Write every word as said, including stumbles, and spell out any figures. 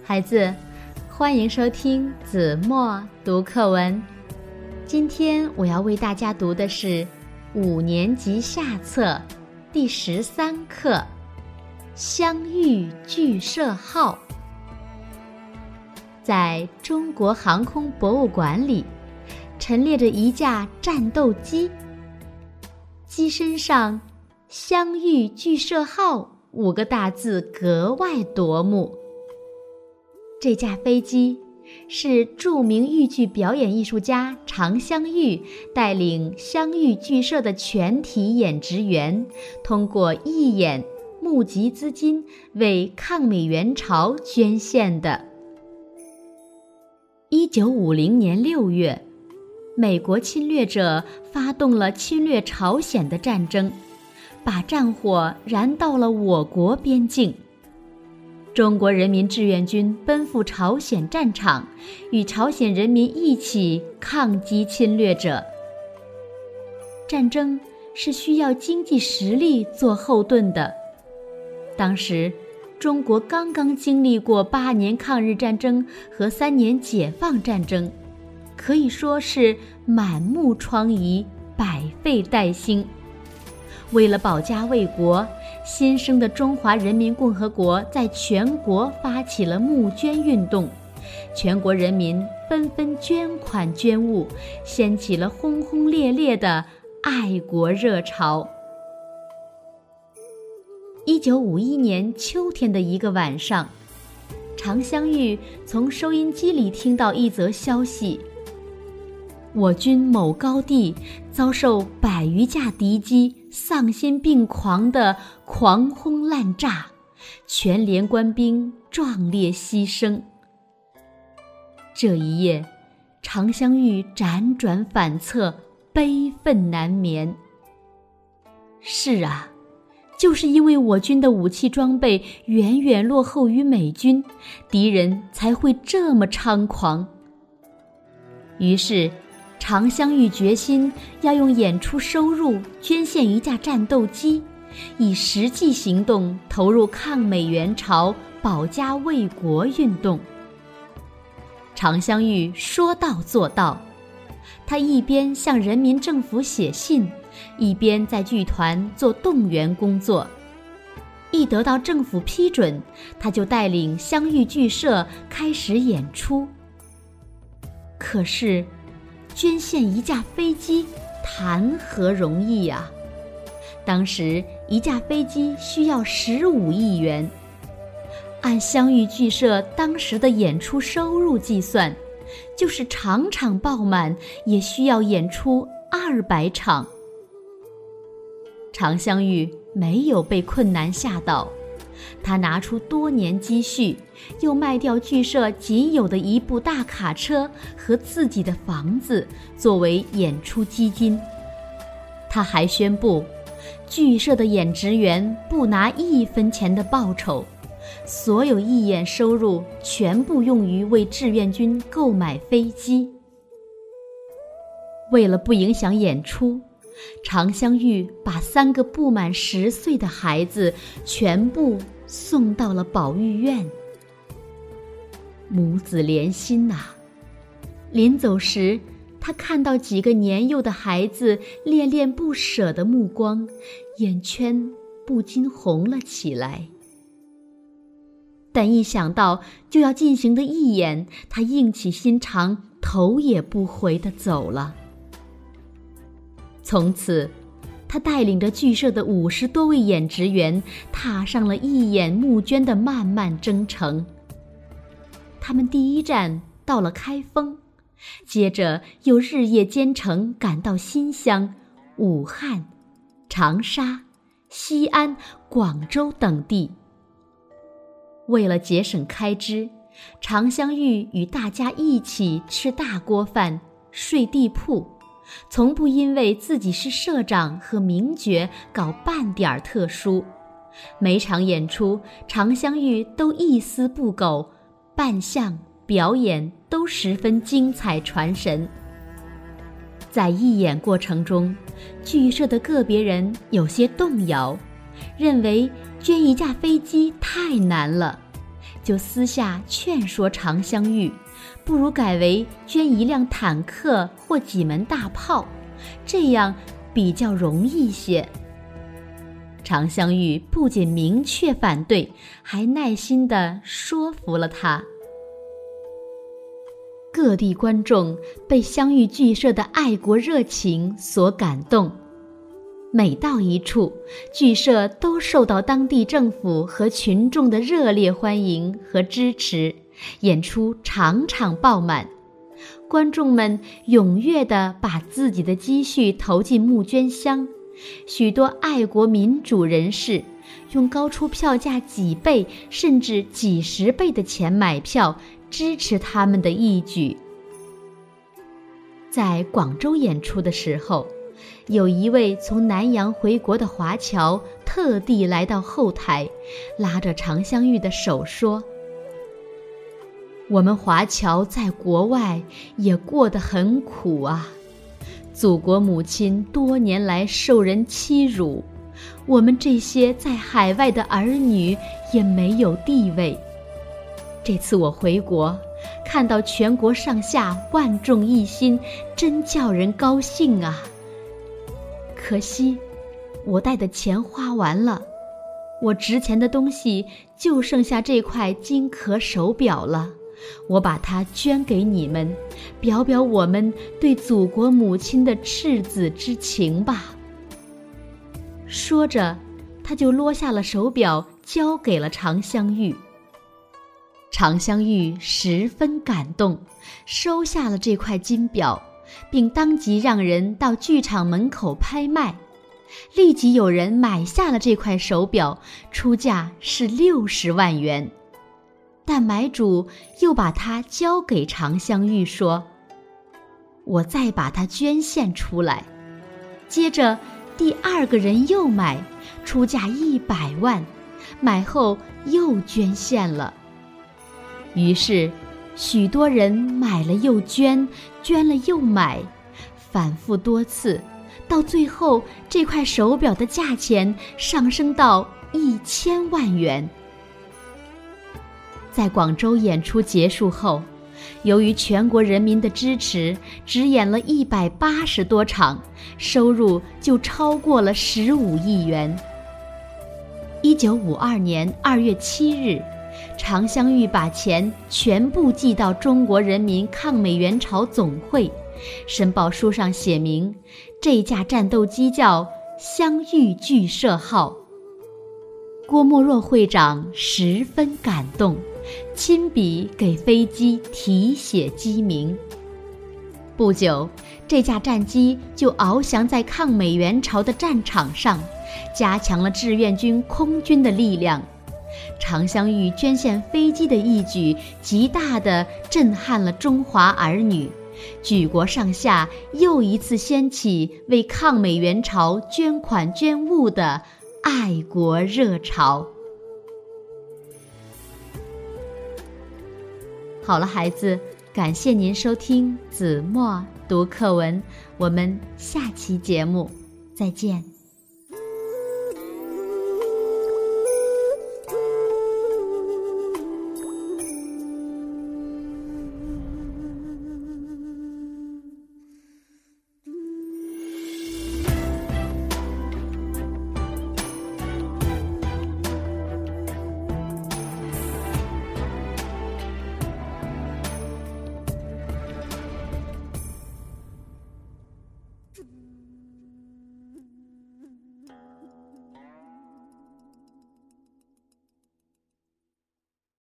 孩子，欢迎收听子墨读课文。今天我要为大家读的是五年级下册第十三课《相遇剧社号》。在中国航空博物馆里，陈列着一架战斗机，机身上“相遇剧社号”五个大字格外夺目。这架飞机是著名豫剧表演艺术家常香玉带领相遇剧社的全体演职员，通过义演募集资金为抗美援朝捐献的。一九五零年六月，美国侵略者发动了侵略朝鲜的战争，把战火燃到了我国边境。中国人民志愿军奔赴朝鲜战场，与朝鲜人民一起抗击侵略者。战争是需要经济实力做后盾的。当时，中国刚刚经历过八年抗日战争和三年解放战争，可以说是满目疮痍，百废待兴。为了保家卫国，新生的中华人民共和国在全国发起了募捐运动，全国人民纷纷捐款捐物，掀起了轰轰烈烈的爱国热潮。一九五一年秋天的一个晚上，常香玉从收音机里听到一则消息：我军某高地遭受百余架敌机丧心病狂的狂轰滥炸，全连官兵壮烈牺牲。这一夜，常香玉辗转反侧，悲愤难眠。是啊，就是因为我军的武器装备远远落后于美军，敌人才会这么猖狂。于是常香玉决心要用演出收入捐献一架战斗机，以实际行动投入抗美援朝、保家卫国运动。常香玉说到做到，他一边向人民政府写信，一边在剧团做动员工作。一得到政府批准，他就带领相遇剧社开始演出。可是捐献一架飞机谈何容易呀！当时一架飞机需要十五亿元，按相遇剧社当时的演出收入计算，就是场场爆满也需要演出二百场。常香玉没有被困难吓倒，他拿出多年积蓄，又卖掉剧社仅有的一部大卡车和自己的房子作为演出基金。他还宣布，剧社的演职员不拿一分钱的报酬，所有义演收入全部用于为志愿军购买飞机。为了不影响演出，常香玉把三个不满十岁的孩子全部送到了保育院。母子连心呐、啊！临走时，他看到几个年幼的孩子恋恋不舍的目光，眼圈不禁红了起来。但一想到就要进行的义演，他硬起心肠，头也不回地走了。从此，他带领着剧社的五十多位演职员，踏上了义演募捐的漫漫征程。他们第一站到了开封，接着又日夜兼程赶到新乡、武汉、长沙、西安、广州等地。为了节省开支，常香玉与大家一起吃大锅饭、睡地铺，从不因为自己是社长和名角搞半点特殊。每场演出，常香玉都一丝不苟，扮相、表演都十分精彩传神。在义演过程中，剧社的个别人有些动摇，认为捐一架飞机太难了， 就私下劝说常香玉，不如改为捐一辆坦克或几门大炮，这样比较容易些。常香玉不仅明确反对，还耐心地说服了他。各地观众被香玉剧社的爱国热情所感动，每到一处，剧社都受到当地政府和群众的热烈欢迎和支持，演出场场爆满。观众们踊跃地把自己的积蓄投进募捐箱，许多爱国民主人士用高出票价几倍甚至几十倍的钱买票，支持他们的义举。在广州演出的时候，有一位从南洋回国的华侨特地来到后台，拉着常香玉的手说：我们华侨在国外也过得很苦啊，祖国母亲多年来受人欺辱，我们这些在海外的儿女也没有地位。这次我回国，看到全国上下万众一心，真叫人高兴啊。可惜我带的钱花完了，我值钱的东西就剩下这块金壳手表了，我把它捐给你们，表表我们对祖国母亲的赤子之情吧。说着，他就落下了手表，交给了常香玉。常香玉十分感动，收下了这块金表，并当即让人到剧场门口拍卖。立即有人买下了这块手表，出价是六十万元。但买主又把它交给常香玉，说：我再把它捐献出来。接着第二个人又买，出价一百万，买后又捐献了。于是许多人买了又捐，捐了又买，反复多次，到最后这块手表的价钱上升到一千万元。在广州演出结束后，由于全国人民的支持，只演了一百八十多场，收入就超过了十五亿元。一九五二年二月七日，常香玉把钱全部寄到中国人民抗美援朝总会，申报书上写明，这架战斗机叫香玉剧社号。郭沫若会长十分感动，亲笔给飞机题写机名。不久，这架战机就翱翔在抗美援朝的战场上，加强了志愿军空军的力量。常香玉捐献飞机的义举，极大地震撼了中华儿女，举国上下又一次掀起为抗美援朝捐款捐物的爱国热潮。好了，孩子，感谢您收听子墨读课文，我们下期节目再见。